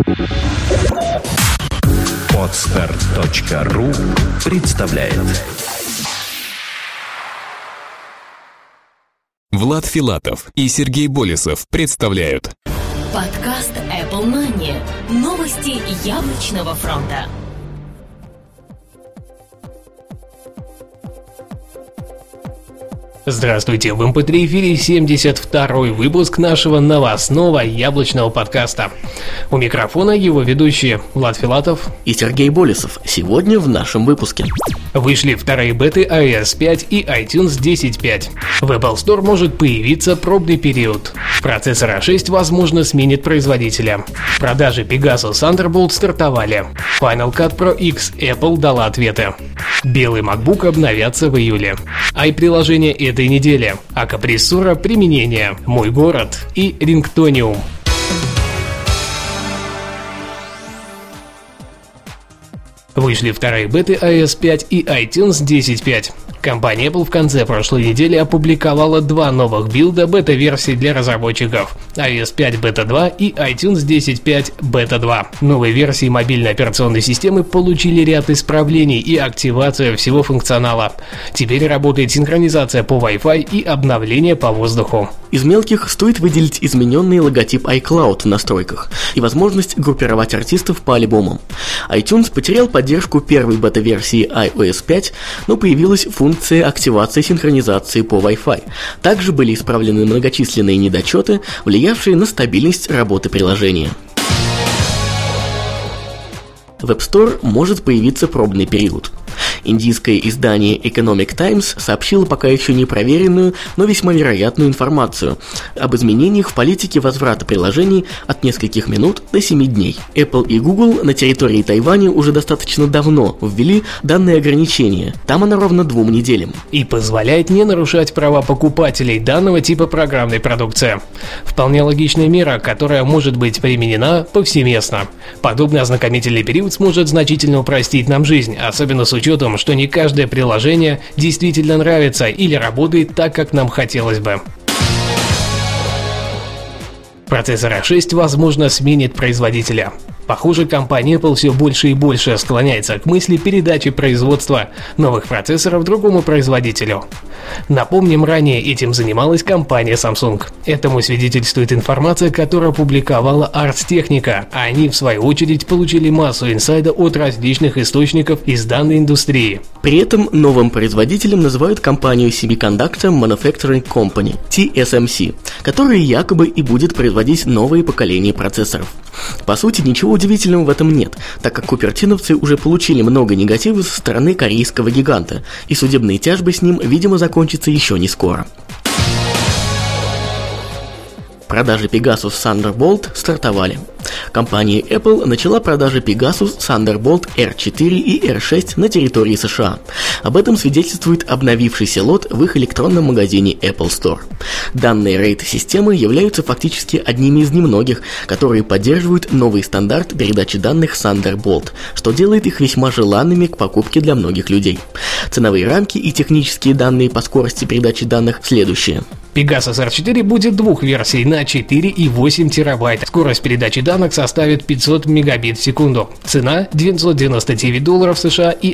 Podstart.ru представляет. Влад Филатов и Сергей Болесов представляют подкаст Apple Money. Новости яблочного фронта. Здравствуйте, в МП3 эфире 72-й выпуск нашего новостного яблочного подкаста. У микрофона его ведущие Влад Филатов и Сергей Болесов. Сегодня в нашем выпуске. Вышли вторые беты iOS 5 и iTunes 10.5. В Apple Store может появиться пробный период. Процессор A6, возможно, сменит производителя. Продажи Pegasus Thunderbolt стартовали. Final Cut Pro X Apple дала ответы. Белый MacBook обновятся в июле. iPriложение этой недели. Акапрессура применения. Мой город и Рингтониум. Вышли вторые беты iOS 5 и iTunes 10.5. Компания Apple в конце прошлой недели опубликовала два новых билда бета-версий для разработчиков – iOS 5 Beta 2 и iTunes 10.5 Beta 2. Новые версии мобильной операционной системы получили ряд исправлений и активацию всего функционала. Теперь работает синхронизация по Wi-Fi и обновление по воздуху. Из мелких стоит выделить измененный логотип iCloud в настройках и возможность группировать артистов по альбомам. iTunes потерял поддержку первой бета-версии iOS 5, но появилась функция активации синхронизации по Wi-Fi. Также были исправлены многочисленные недочеты, влиявшие на стабильность работы приложения. В App Store может появиться пробный период. Индийское издание Economic Times сообщило пока еще не проверенную, но весьма вероятную информацию об изменениях в политике возврата приложений от нескольких минут до 7 дней. Apple и Google на территории Тайваня уже достаточно давно ввели данные ограничения, там оно ровно 2 неделям. И позволяет не нарушать права покупателей данного типа программной продукции. Вполне логичная мера, которая может быть применена повсеместно. Подобный ознакомительный период сможет значительно упростить нам жизнь, особенно с учетом, что не каждое приложение действительно нравится или работает так, как нам хотелось бы. Процессор A6, возможно, сменит производителя. Похоже, компания Apple все больше и больше склоняется к мысли передачи производства новых процессоров другому производителю. Напомним, ранее этим занималась компания Samsung. Этому свидетельствует информация, которую опубликовала Ars Technica, а они, в свою очередь, получили массу инсайда от различных источников из данной индустрии. При этом новым производителем называют компанию Semiconductor Manufacturing Company, TSMC, которая якобы и будет производить новые поколения процессоров. По сути, ничего удивительного в этом нет, так как купертиновцы уже получили много негатива со стороны корейского гиганта, и судебные тяжбы с ним, видимо, закончатся еще не скоро. Продажи Pegasus Thunderbolt стартовали. Компания Apple начала продажи Pegasus Thunderbolt R4 и R6 на территории США. Об этом свидетельствует обновившийся лот в их электронном магазине Apple Store. Данные RAID-системы являются фактически одними из немногих, которые поддерживают новый стандарт передачи данных Thunderbolt, что делает их весьма желанными к покупке для многих людей. Ценовые рамки и технические данные по скорости передачи данных следующие. Pegasus R4 будет двух версий на 4 и 8 терабайт. Скорость передачи данных составит 500 мегабит в секунду. Цена $999 США и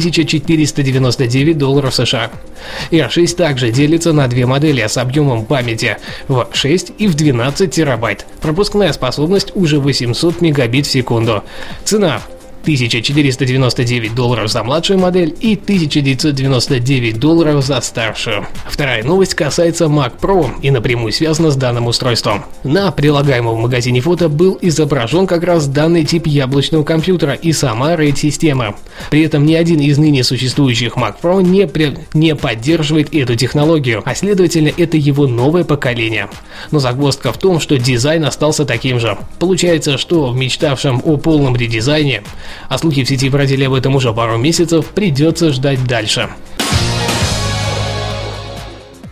$1499 США. R6 также делится на две модели с объемом памяти в 6 и в 12 терабайт. Пропускная способность уже 800 мегабит в секунду. Цена $1499 за младшую модель и $1999 за старшую. Вторая новость касается Mac Pro и напрямую связана с данным устройством. На прилагаемом в магазине фото был изображен как раз данный тип яблочного компьютера и сама RAID-система. При этом ни один из ныне существующих Mac Pro не поддерживает эту технологию, а следовательно это его новое поколение. Но загвоздка в том, что дизайн остался таким же. Получается, что в мечтавшем о полном редизайне, а слухи в сети бродили об этом уже пару месяцев, придется ждать дальше.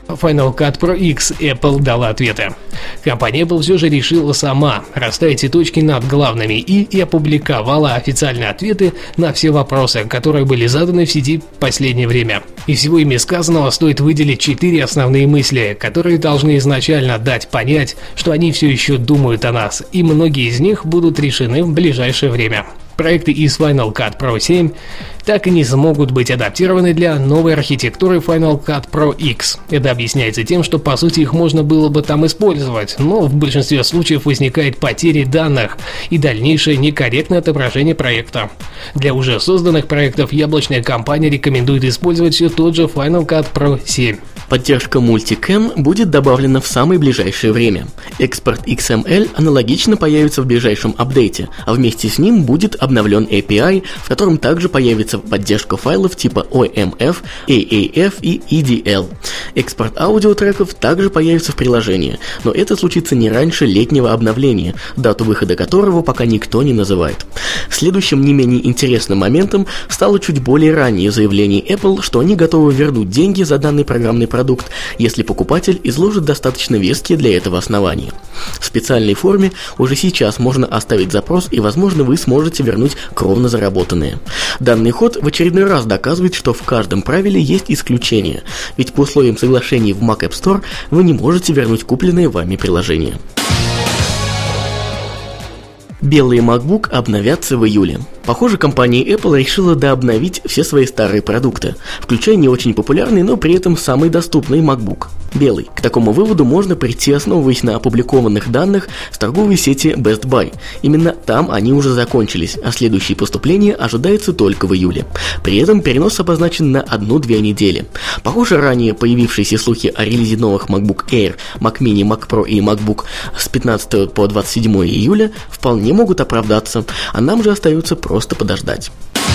Final Cut Pro X Apple дала ответы. Компания Apple все же решила сама расставить все точки над главными и опубликовала официальные ответы на все вопросы, которые были заданы в сети в последнее время. Из всего ими сказанного стоит выделить 4 основные мысли, которые должны изначально дать понять, что они все еще думают о нас, и многие из них будут решены в ближайшее время. Проекты из Final Cut Pro 7 так и не смогут быть адаптированы для новой архитектуры Final Cut Pro X. Это объясняется тем, что по сути их можно было бы там использовать, но в большинстве случаев возникает потеря данных и дальнейшее некорректное отображение проекта. Для уже созданных проектов яблочная компания рекомендует использовать все тот же Final Cut Pro 7. Поддержка Multicam будет добавлена в самое ближайшее время. Экспорт XML аналогично появится в ближайшем апдейте, а вместе с ним будет обновлен API, в котором также появится поддержка файлов типа OMF, AAF и EDL. Экспорт аудиотреков также появится в приложении, но это случится не раньше летнего обновления, дату выхода которого пока никто не называет. Следующим не менее интересным моментом стало чуть более раннее заявление Apple, что они готовы вернуть деньги за данный программный продукт, если покупатель изложит достаточно веские для этого основания. В специальной форме уже сейчас можно оставить запрос, и, возможно, вы сможете вернуть кровно заработанное. Данный ход в очередной раз доказывает, что в каждом правиле есть исключение, ведь по условиям соглашений в Mac App Store вы не можете вернуть купленные вами приложения. Белый MacBook обновятся в июле. Похоже, компания Apple решила дообновить все свои старые продукты, включая не очень популярный, но при этом самый доступный MacBook – белый. К такому выводу можно прийти, основываясь на опубликованных данных с торговой сети Best Buy. Именно там они уже закончились, а следующее поступление ожидается только в июле. При этом перенос обозначен на 1-2 недели. Похоже, ранее появившиеся слухи о релизе новых MacBook Air, Mac Mini, Mac Pro и MacBook с 15 по 27 июля вполне могут оправдаться, а нам же остается просто подождать.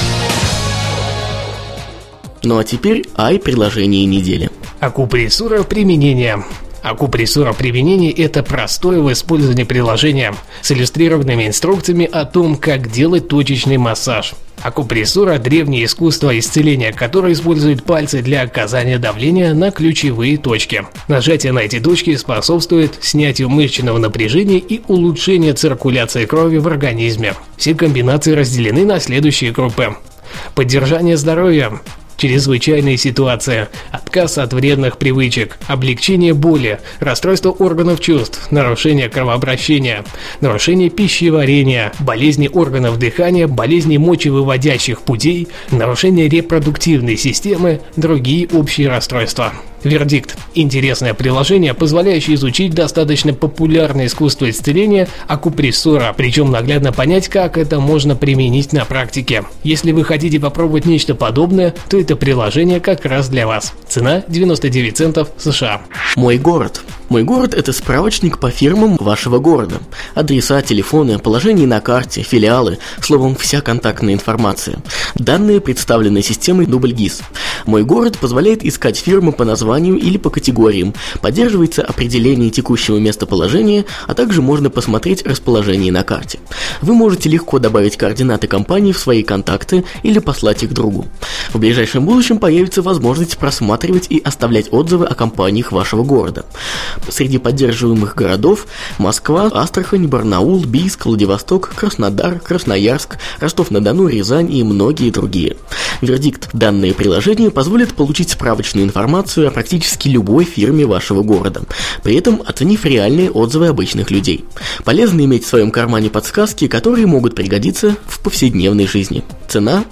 Ну а теперь приложение недели. Акупрессура применения. Акупрессура применения – это простое в использовании приложение с иллюстрированными инструкциями о том, как делать точечный массаж. Акупрессура – древнее искусство исцеления, которое использует пальцы для оказания давления на ключевые точки. Нажатие на эти точки способствует снятию мышечного напряжения и улучшению циркуляции крови в организме. Все комбинации разделены на следующие группы. Поддержание здоровья, чрезвычайная ситуация, отказ от вредных привычек, облегчение боли, расстройство органов чувств, нарушение кровообращения, нарушение пищеварения, болезни органов дыхания, болезни мочевыводящих путей, нарушение репродуктивной системы, другие общие расстройства. Вердикт. Интересное приложение, позволяющее изучить достаточно популярное искусство исцеления акупрессура, причем наглядно понять, как это можно применить на практике. Если вы хотите попробовать нечто подобное, то это приложение как раз для вас. Цена 99 центов США. Мой город. Мой город – это справочник по фирмам вашего города. Адреса, телефоны, положение на карте, филиалы, словом, вся контактная информация. Данные представлены системой DoubleGIS. Мой город позволяет искать фирмы по названию или по категориям, поддерживается определение текущего местоположения, а также можно посмотреть расположение на карте. Вы можете легко добавить координаты компании в свои контакты или послать их другу. В ближайшем будущем появится возможность просматривать и оставлять отзывы о компаниях вашего города. Среди поддерживаемых городов Москва, Астрахань, Барнаул, Бийск, Владивосток, Краснодар, Красноярск, Ростов-на-Дону, Рязань и многие другие. Вердикт. Данное приложение позволит получить справочную информацию о практически любой фирме вашего города, при этом оценив реальные отзывы обычных людей. Полезно иметь в своем кармане подсказки, которые могут пригодиться в повседневной жизни. Цена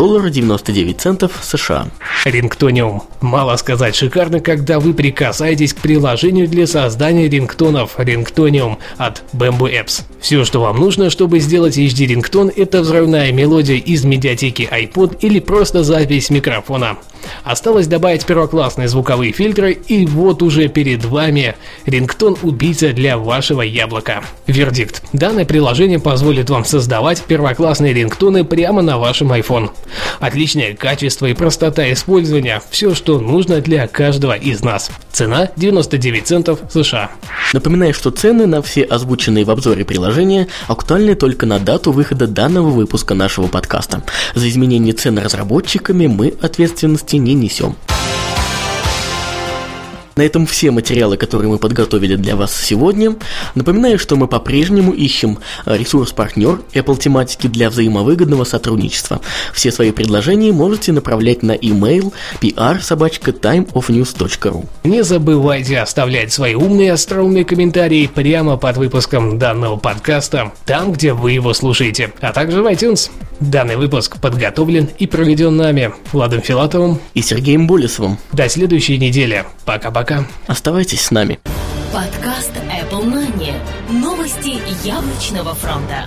$1.99 США. Рингтониум. Мало сказать, шикарно, когда вы прикасаетесь к приложению для создания рингтонов Ringtonium от Bamboo Apps. Все, что вам нужно, чтобы сделать HD-рингтон, это взрывная мелодия из медиатеки iPod или просто запись микрофона. Осталось добавить первоклассные звуковые фильтры, и вот уже перед вами рингтон-убийца для вашего яблока. Вердикт. Данное приложение позволит вам создавать первоклассные рингтоны прямо на вашем iPhone. Отличное качество и простота использования – все, что нужно для каждого из нас. Цена 99 центов США. Напоминаю, что цены на все озвученные в обзоре приложения актуальны только на дату выхода данного выпуска нашего подкаста. За изменение цен разработчиками мы ответственности не несем. На этом все материалы, которые мы подготовили для вас сегодня. Напоминаю, что мы по-прежнему ищем ресурс-партнер Apple тематики для взаимовыгодного сотрудничества. Все свои предложения можете направлять на email pr@timeofnews.ru. Не забывайте оставлять свои умные остроумные комментарии прямо под выпуском данного подкаста, там, где вы его слушаете, а также в iTunes. Данный выпуск подготовлен и проведен нами, Владом Филатовым и Сергеем Болесовым. До следующей недели. Пока-пока. Оставайтесь с нами. Подкаст Apple Money. Новости яблочного фронта.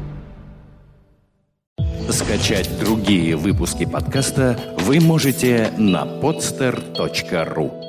Скачать другие выпуски подкаста вы можете на podster.ru.